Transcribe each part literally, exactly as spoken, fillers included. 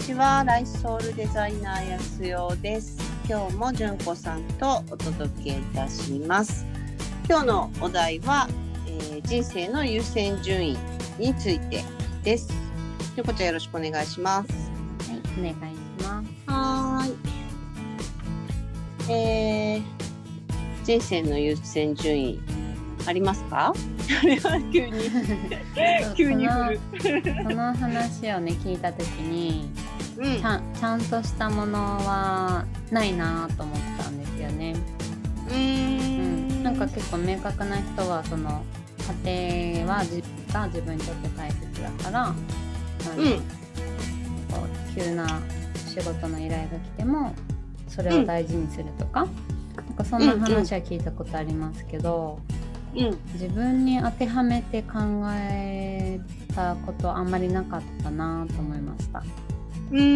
ちは。ライフソウルデザイナーやすよです。今日もじゅんこさんとお届けいたします。今日のお題は、えー、人生の優先順位についてです。じゅんこちゃんよろしくお願いします。 はい、お願いします。 はーい。えー、人生の優先順位ありますか？急に急に振るその話をね聞いたときに、 うん、 ちゃん、ちゃんとしたものはないなと思ったんですよね。 うーん、 うん、なんか結構明確な人はその家庭はじが自分にとって大切だから、うん、こう急な仕事の依頼が来てもそれを大事にするとか、うん、なんかそんな話は聞いたことありますけど、うん、自分に当てはめて考えたことあんまりなかったなと思いました。 うん、うん、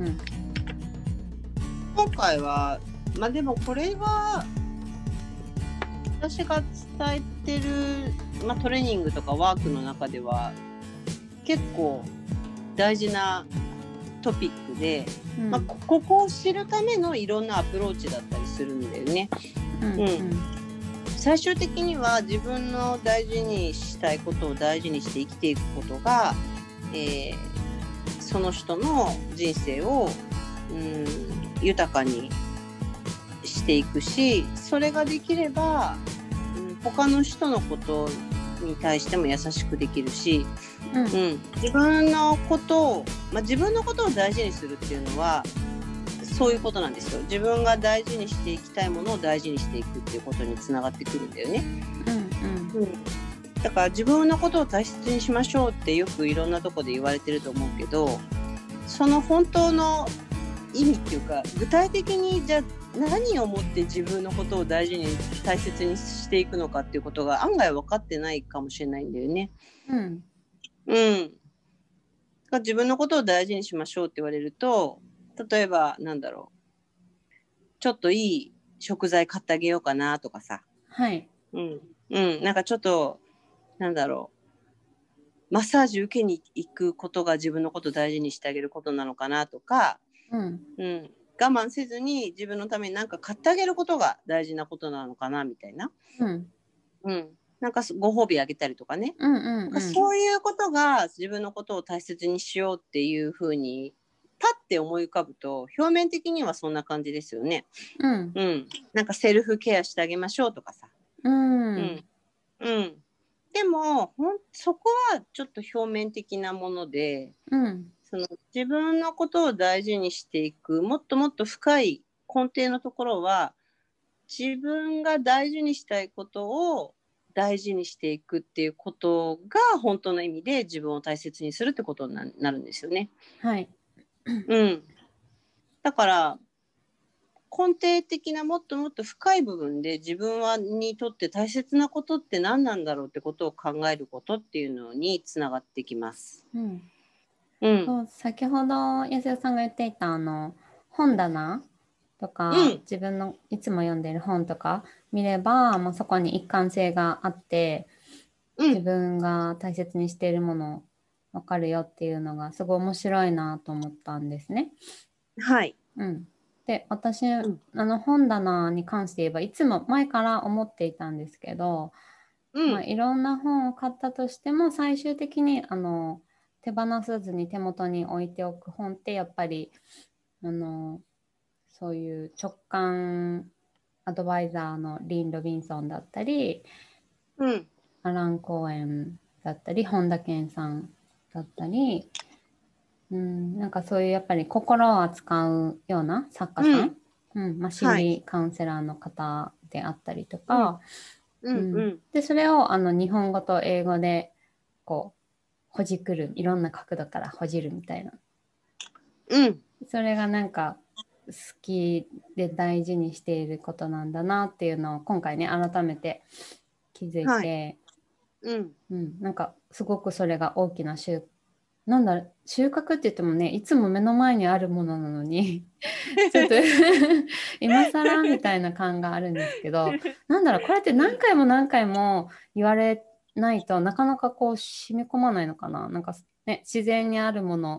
今回はまあでもこれは私が伝えてる、まあ、トレーニングとかワークの中では結構大事なトピックで、うんまあ、ここを知るためのいろんなアプローチだったりするんだよね。うんうんうん、最終的には自分の大事にしたいことを大事にして生きていくことが、えー、その人の人生を、うん、豊かにしていくし、それができれば、うん、他の人のことに対しても優しくできるし、うんうん、自分のことを、まあ、自分のことを大事にするっていうのはそういうことなんですよ。自分が大事にしていきたいものを大事にしていくっていうことにつながってくるんだよね。うんうんうん、だから自分のことを大切にしましょうってよくいろんなとこで言われてると思うけど、その本当の意味っていうか具体的にじゃあ何をもって自分のことを大事に大切にしていくのかっていうことが案外分かってないかもしれないんだよね。うんうん、自分のことを大事にしましょうって言われると、例えばなんだろう、ちょっといい食材買ってあげようかなとかさ、 はい、 うんうん、なんかちょっとなんだろう、マッサージ受けに行くことが自分のことを大事にしてあげることなのかなとか、うんうん、我慢せずに自分のために何か買ってあげることが大事なことなのかなみたいな、うんうん、なんかご褒美あげたりとかね、うんうんうん、なんかそういうことが自分のことを大切にしようっていうふうにパッて思い浮かぶと表面的にはそんな感じですよね。うんうん、なんかセルフケアしてあげましょうとかさ、うんうんうん、でもほんそこはちょっと表面的なもので、うん、その自分のことを大事にしていくもっともっと深い根底のところは自分が大事にしたいことを大事にしていくっていうことが本当の意味で自分を大切にするってことになるんですよね。 はい、 うん、だから根底的なもっともっと深い部分で自分はにとって大切なことって何なんだろうってことを考えることっていうのにつながってきます。うんうん、そう先ほど安代さんが言っていたあの本棚とか、うん、自分のいつも読んでいる本とか見ればもうそこに一貫性があって、うん、自分が大切にしているもの分かるよっていうのがすごい面白いなと思ったんですね。 はい、 うん、で私、うん、あの本棚に関して言えばいつも前から思っていたんですけど、うんまあ、いろんな本を買ったとしても最終的にあの手放さずに手元に置いておく本ってやっぱりあのそういう直感アドバイザーのリン・ロビンソンだったり、うん、アラン・コーエンだったり本田健さんだったり、うん、なんかそういうやっぱり心を扱うような作家さん、うんうんまあ、心理カウンセラーの方であったりとか、うんうんうん、でそれをあの日本語と英語でこうほじくるいろんな角度からほじるみたいな、うん、それがなんか好きで大事にしていることなんだなっていうのを今回ね改めて気づいて、はいうんうん、なんかすごくそれが大きな収なんだ収穫って言ってもねいつも目の前にあるものなのにちょっと今更みたいな感があるんですけど、なんだろうこれって何回も何回も言われないとなかなかこう染み込まないのかな。なんかね自然にあるもの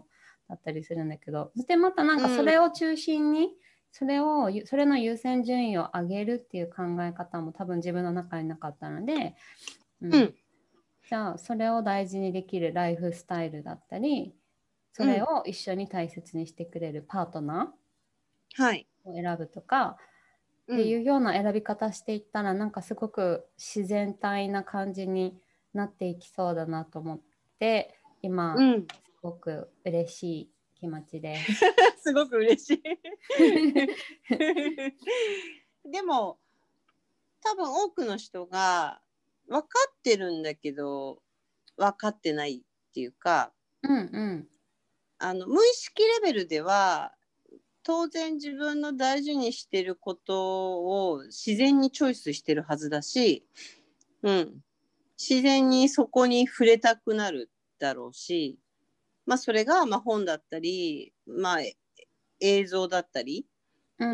だったりするんだけど、そしてまたなんかそれを中心に、うん、それをそれの優先順位を上げるっていう考え方も多分自分の中になかったので、うんうん、じゃあそれを大事にできるライフスタイルだったり、それを一緒に大切にしてくれるパートナーを選ぶとか、はい、っていうような選び方していったら、なんかすごく自然体な感じになっていきそうだなと思って、今、うん、すごく嬉しい気持ちです。 すごく嬉しい。でも多分多くの人が分かってるんだけど分かってないっていうか、 うんうん、 あの無意識レベルでは当然自分の大事にしてることを自然にチョイスしてるはずだし、うん、自然にそこに触れたくなるだろうし、まあ、それがまあ本だったり、まあ、映像だったり、 うんうん、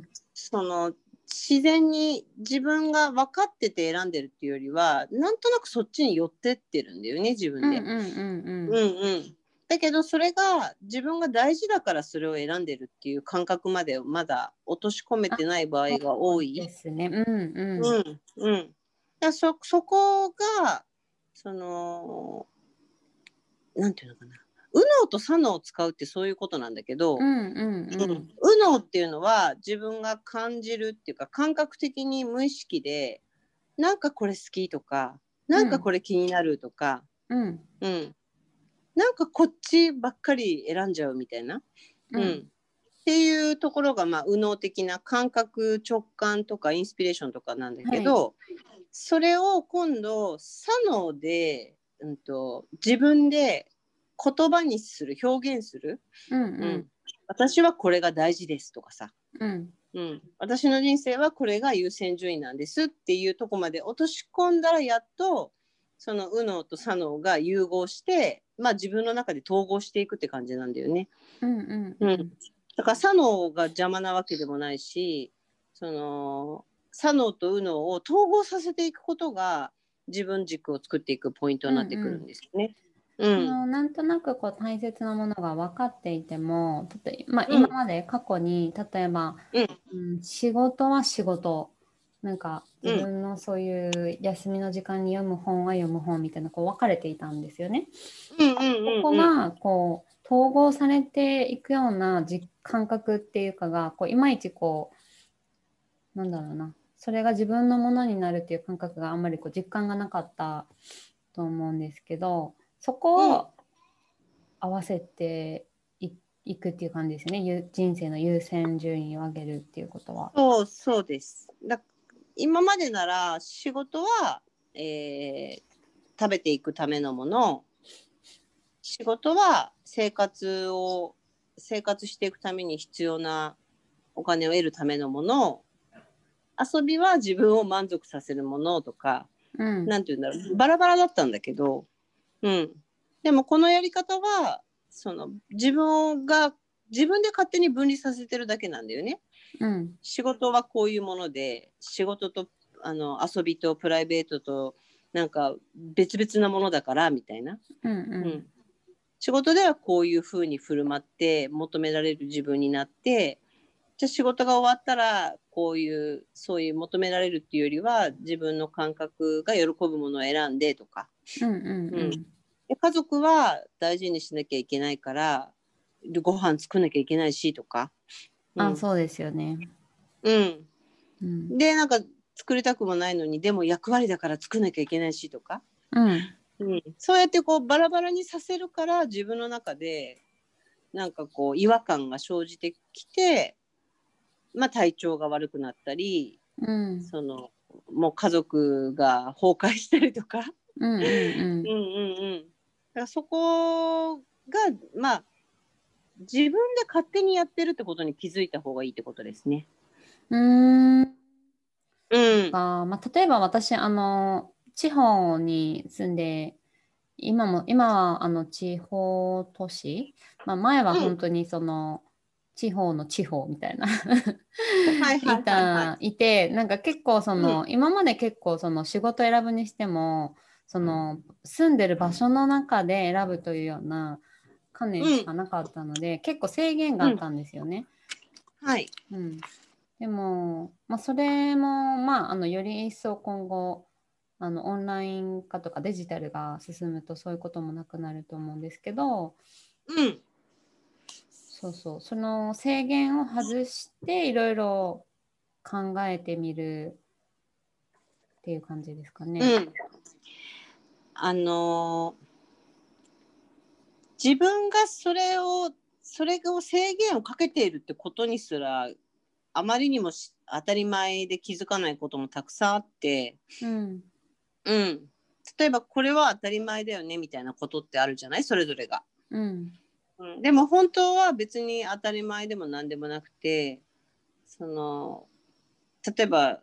その自然に自分が分かってて選んでるっていうよりはなんとなくそっちに寄ってってるんだよね、自分で。 うんうんうんうんうんうん、だけどそれが自分が大事だからそれを選んでるっていう感覚までまだ落とし込めてない場合が多いですね。うんうんうんうん、だそそこがそのなんていうのかな、右脳と左脳を使うってそういうことなんだけど、 うんうんうん、 右脳っていうのは自分が感じるっていうか感覚的に無意識でなんかこれ好きとかなんかこれ気になるとか、 うんうん、なんかこっちばっかり選んじゃうみたいな、うん、うん、っていうところがまあ右脳的な感覚直感とかインスピレーションとかなんだけど、はい、それを今度左脳で、うん、と自分で言葉にする表現する、 うんうんうん、 私はこれが大事ですとかさ、 うんうん、私の人生はこれが優先順位なんですっていうところまで落とし込んだらやっとその右脳と左脳が融合して、まあ、自分の中で統合していくって感じなんだよね、 うんうんうんうん、 だから左脳が邪魔なわけでもないし、その左脳と右脳を統合させていくことが自分軸を作っていくポイントになってくるんですよね。 うんうん、あのなんとなくこう大切なものが分かっていても、例えば、まあ、今まで過去に、うん、例えば、うんうん、仕事は仕事、なんか自分のそういう休みの時間に読む本は読む本みたいなこう分かれていたんですよね。 うんうんうんうん、 ここがこう統合されていくような感覚っていうかがこういまいちこうなんだろうな、それが自分のものになるっていう感覚があんまりこう実感がなかったと思うんですけど、そこを合わせて い,、うん、いくっていう感じですよね。人生の優先順位を上げるっていうことは。 そうそうです。だ今までなら仕事は、えー、食べていくためのもの、仕事は生活を生活していくために必要なお金を得るためのもの、遊びは自分を満足させるものとか、うん、なんていうんだろう、バラバラだったんだけど、うん、でもこのやり方はその自分が自分で勝手に分離させてるだけなんだよね、うん、仕事はこういうもので、仕事とあの遊びとプライベートとなんか別々なものだからみたいな、うんうんうん、仕事ではこういう風に振る舞って求められる自分になって、じゃあ仕事が終わったらこういうそういう求められるっていうよりは自分の感覚が喜ぶものを選んでとか、うんうんうんうん、で家族は大事にしなきゃいけないからご飯作んなきゃいけないしとか、 うん、あ、そうですよね、 うんうん、でなんか作りたくもないのにでも役割だから作んなきゃいけないしとか、うんうん、そうやってこうバラバラにさせるから自分の中でなんかこう違和感が生じてきて、まあ、体調が悪くなったり、うん、そのもう家族が崩壊したりとか、うんうんうんうんうん、だからそこがまあ自分で勝手にやってるってことに気づいた方がいいってことですね。 うーん、うん、まあ、例えば私あの地方に住んで今も今はあの地方都市、まあ、前は本当にその、うん、地方の地方みたいないたいて、なんか結構その、うん、今まで結構その仕事選ぶにしてもその住んでる場所の中で選ぶというような観念しかなかったので、うん、結構制限があったんですよね。 うん、はい、 うん、でも、まあ、それも、まあ、あのより一層今後あのオンライン化とかデジタルが進むとそういうこともなくなると思うんですけど、 うん、 そうそう、その制限を外していろいろ考えてみるっていう感じですかね。 うん、あのー、自分がそれをそれを制限をかけているってことにすらあまりにも当たり前で気づかないこともたくさんあって、 うん、 うん、例えばこれは当たり前だよねみたいなことってあるじゃない、それぞれが、 うんうん、でも本当は別に当たり前でも何でもなくて、その例えば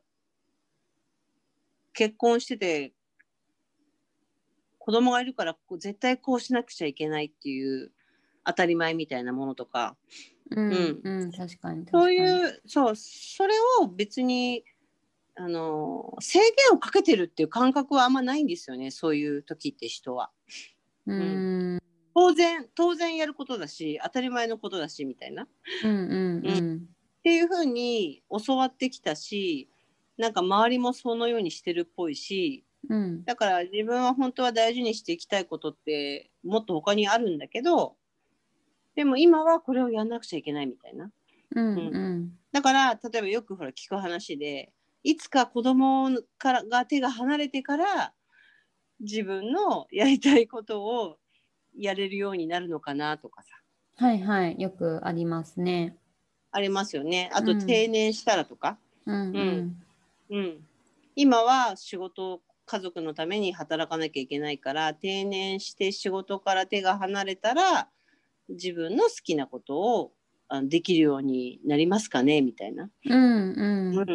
結婚してて子供がいるから絶対こうしなくちゃいけないっていう当たり前みたいなものとか、 うんうんうん、確かに確かに。 そういうそうそれを別にあの制限をかけてるっていう感覚はあんまないんですよね、そういう時って人は。 うん、うん、 当然当然やることだし当たり前のことだしみたいな、 うんうんうん、 っていう風に教わってきたし、なんか周りもそのようにしてるっぽいし、 うん、 だから自分は本当は大事にしていきたいことってもっと他にあるんだけど、でも今はこれをやんなくちゃいけないみたいな、 うんうんうん、 だから例えばよくほら聞く話で、いつか子供からが手が離れてから自分のやりたいことをやれるようになるのかなとかさ、 はいはい、よくありますね。 ありますよね。あとうん、 定年したらとか、 うんうん、 うんうん、今は仕事家族のために働かなきゃいけないから定年して仕事から手が離れたら自分の好きなことをできるようになりますかねみたいな、 うんうんうんうん、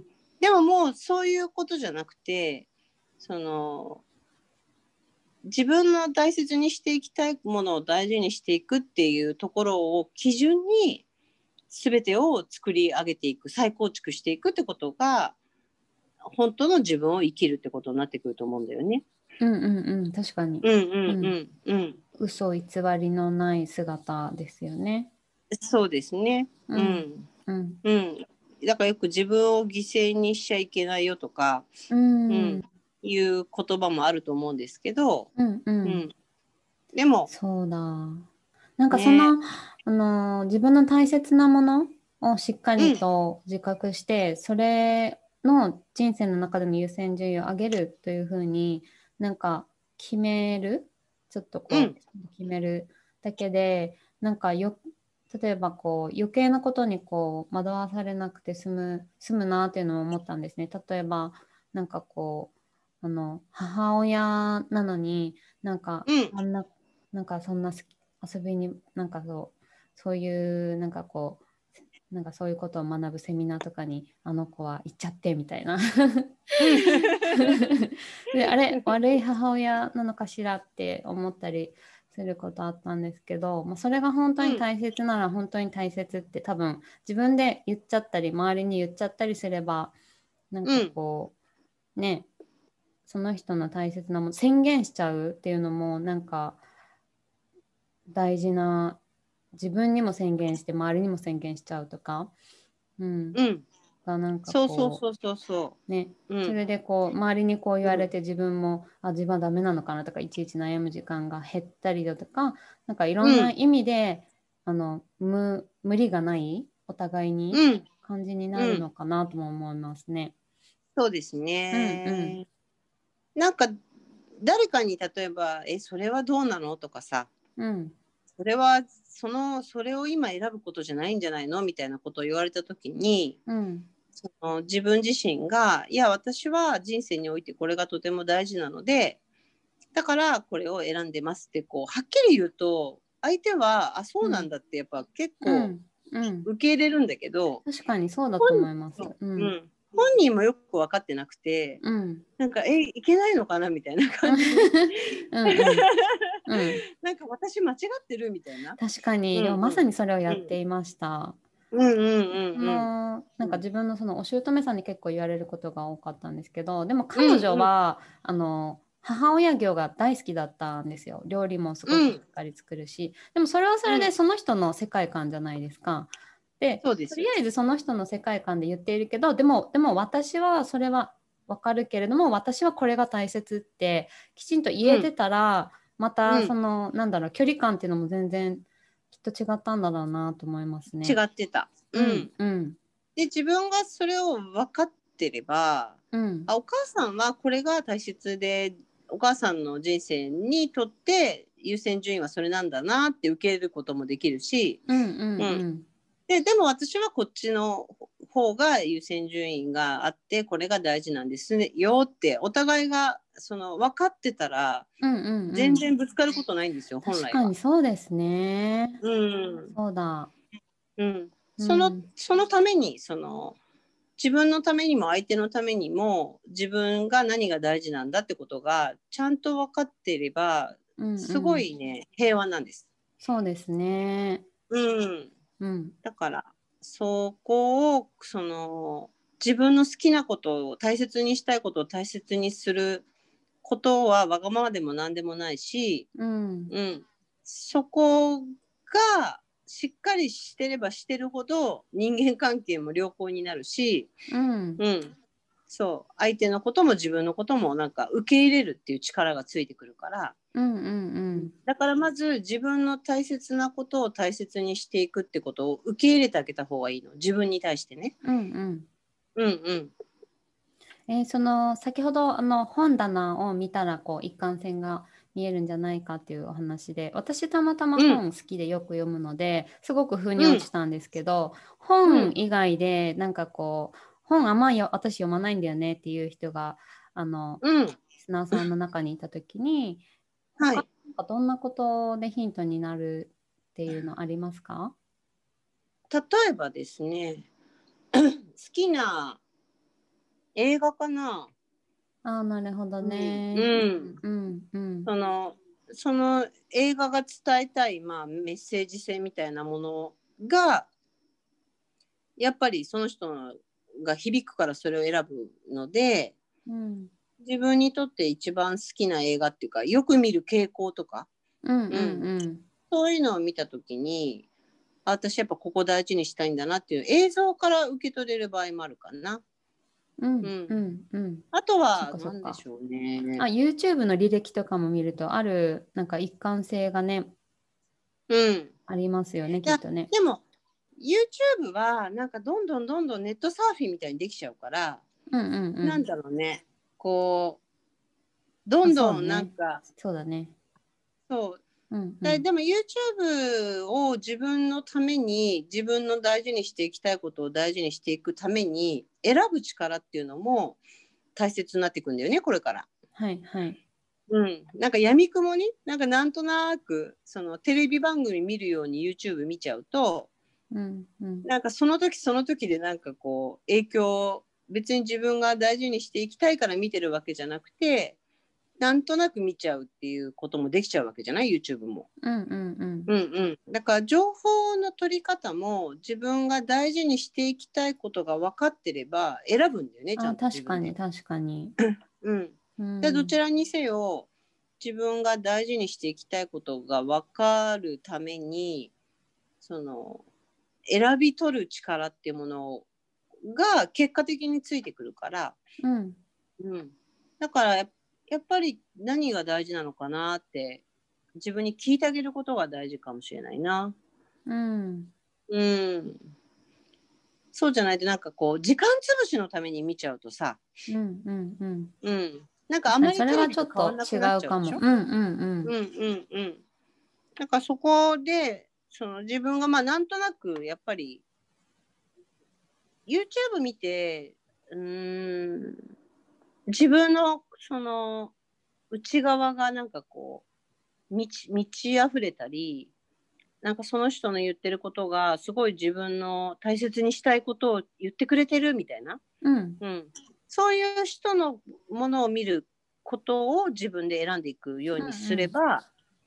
でももうそういうことじゃなくて、その自分の大切にしていきたいものを大事にしていくっていうところを基準に全てを作り上げていく、再構築していくってことが本当の自分を生きるってことになってくると思うんだよね。 うんうんうん、確かに。 うんうんうんうん。 嘘偽りのない姿ですよね。 そうですね。 ううんんうんうん。だからよく自分を犠牲にしちゃいけないよとか、 ううん、 んいう言葉もあると思うんですけど、 うんううんん、でもそうだ。なんかそね、 の、あの自分の大切なものをしっかりうんと自覚して、それの人生の中での優先順位を上げるというふうになんか決める、ちょっとこうんう決めるだけで、なんかよ、例えばこう余計なことにこう惑わされなくて済む、済むなっていうのを思ったんですね。例えばなんかこう、あの母親なのになんかうんあんななんかそんな遊びになんかそうそういうなんかこうなんかそういうことを学ぶセミナーとかにあの子は行っちゃってみたいなであれ悪い母親なのかしらって思ったりすることあったんですけど、まあ、それが本当に大切なら本当に大切って多分自分で言っちゃったり周りに言っちゃったりすればなんかこうねその人の大切なもの宣言しちゃうっていうのもなんか大事な、自分にも宣言して周りにも宣言しちゃうとか、うん、 うん、 がなんかそうそうこそうそうそうね、 う、うんそれでこう周りにこう言わうんれて自分もあ自分はダメなのかなとかいちいち悩む時間が減ったりだとか、なんかいろんな意味であの無無理がないお互いにうん感じになうん、 るのかなとも思いますね。 そうですうんうんね。なんか誰かに例えば「えそれはどうなの?」とかさ、 うんそれはそのそれを今選ぶことじゃないんじゃないのみたいなことを言われた時に、 うんその自分自身がいや私は人生においてこれがとても大事なのでだからこれを選んでますってこうはっきり言うと相手はあそうなんだってやっぱ結構うんうん受け入れるんだけど、 確かにそうだと思います。 本,、 うん。 うん、本人もよく分かってなくてうん。 なんかえいけないのかなみたいなうん感じにうんうん。 なんか私間違ってるみたいな。 確かに、でもうんうんまさにそれをやってうんいました。 うんうんうんそうんのなんか自分のそのお姑さんに結構言われることが多かったんですけど、でもうん彼女うんはあの母親業が大好きだったんですよ。料理もすごくしっかり作るし、うん、でもそれはそれでその人の世界観じゃないですか。で、とりあえずその人の世界観で言っているけど、でもでも私はそれは分かるけれども、私はこれが大切ってきちんと言えてたら、うん、またその、うん、なんだろう、距離感っていうのも全然きっと違ったんだろうなと思いますね。 違ってた。うん、うん、で自分がそれを分かってれば、うん、あ、お母さんはこれが大切で、お母さんの人生にとって優先順位はそれなんだなって受け入れることもできるし、うんうんうんうん、で, でも私はこっちの方が優先順位があってこれが大事なんですよってお互いがその分かってたら、うんうんうん、全然ぶつかることないんですよ、本来は。 確かにそうですね。 うん、 そうだ。 うん、その、うん、そのためにその自分のためにも相手のためにも自分が何が大事なんだってことがちゃんと分かっていれば、うんうん、すごいね平和なんです。 そうですね。 うん、うん、だからそこをその自分の好きなことを大切にしたいことを大切にすることはわがままでも何でもないし、うんうん、そこがしっかりしてればしてるほど人間関係も良好になるし、うんうん、そう相手のことも自分のこともなんか受け入れるっていう力がついてくるから、うんうんうん、だからまず自分の大切なことを大切にしていくってことを受け入れてあげた方がいいの、自分に対してね。うんうんうんうんえー、その先ほどあの本棚を見たらこう一貫性が見えるんじゃないかっていうお話で、私たまたま本好きでよく読むので、うん、すごく腑に落ちたんですけど、うん、本以外でなんかこう本あんまり私読まないんだよねっていう人があの、うん、リスナーさんの中にいた時に、はい、他なんかどんなことでヒントになるっていうのありますか？ 例えばですね好きな映画かな。 あ、なるほどね。 うんうんうん、そのその映画が伝えたい、まあ、メッセージ性みたいなものがやっぱりその人が響くからそれを選ぶので、うん、自分にとって一番好きな映画っていうかよく見る傾向とか、うんうんうん、そういうのを見た時に私やっぱここ大事にしたいんだなっていう映像から受け取れる場合もあるかな。うんうんうん、あとは何でしょうね。 あ、YouTube の履歴とかも見るとあるなんか一貫性がね、うん、ありますよねきっとね。 でも YouTube はなんかどんどんどんどんネットサーフィンみたいにできちゃうから、うんうんうん、なんだろうね、こうどんどんなんかそうだね。 そう。うんうん、だでも YouTube を自分のために自分の大事にしていきたいことを大事にしていくために選ぶ力っていうのも大切になっていくんだよねこれから。 はいはい。 うん、なんか闇雲になんかなんとなくそのテレビ番組見るように YouTube 見ちゃうと、うんうん、なんかその時その時でなんかこう影響別に自分が大事にしていきたいから見てるわけじゃなくてなんとなく見ちゃうっていうこともできちゃうわけじゃない YouTube も、うんうんうんうんうん、だから情報の取り方も自分が大事にしていきたいことが分かってれば選ぶんだよねちゃんと自分で。 あ、確かに確かに、 うんうん、でどちらにせよ自分が大事にしていきたいことが分かるためにその選び取る力っていうものが結果的についてくるから、うんうん、だからやっぱり何が大事なのかなって自分に聞いてあげることが大事かもしれないな。うん、うん、そうじゃないとなんかこう時間つぶしのために見ちゃうとさ、うんうんうんうん、なんかあまりテレビと変わんなくなっちゃうでしょ。うんうんうんうんうんうん。なんかそこでその自分がまあなんとなくやっぱり YouTube 見てうーん自分のその内側がなんかこう満ち満ち溢れたりなんかその人の言ってることがすごい自分の大切にしたいことを言ってくれてるみたいな、うんうん、そういう人のものを見ることを自分で選んでいくようにすれば、うん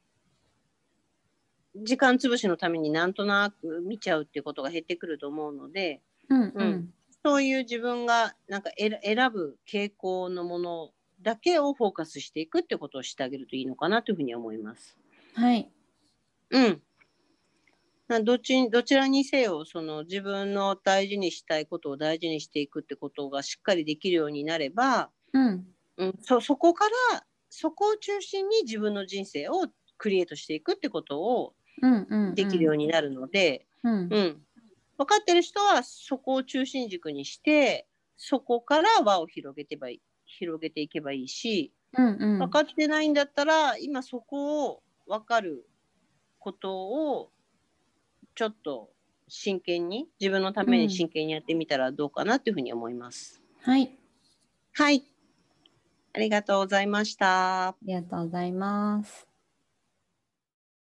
うん、時間つぶしのためになんとなく見ちゃうっていうことが減ってくると思うので、うんうんうん、そういう自分がなんか選ぶ傾向のものだけをフォーカスしていくってことをしてあげるといいのかなというふうに思います。 はい。 うん。どっち、どちらにせよ、その自分の大事にしたいことを大事にしていくってことがしっかりできるようになれば、 うんうん、そ、そこから、そこを中心に自分の人生をクリエイトしていくってことをできるようになるので、 うんうんうん、分かってる人はそこを中心軸にして、そこから輪を広げてばいい、広げていけばいいし、 うんうん、 分かってないんだったら、今そこを分かることをちょっと真剣に、自分のために真剣にやってみたらどうかなというふうに思います。 はい。 はい。ありがとうございました。 ありがとうございます。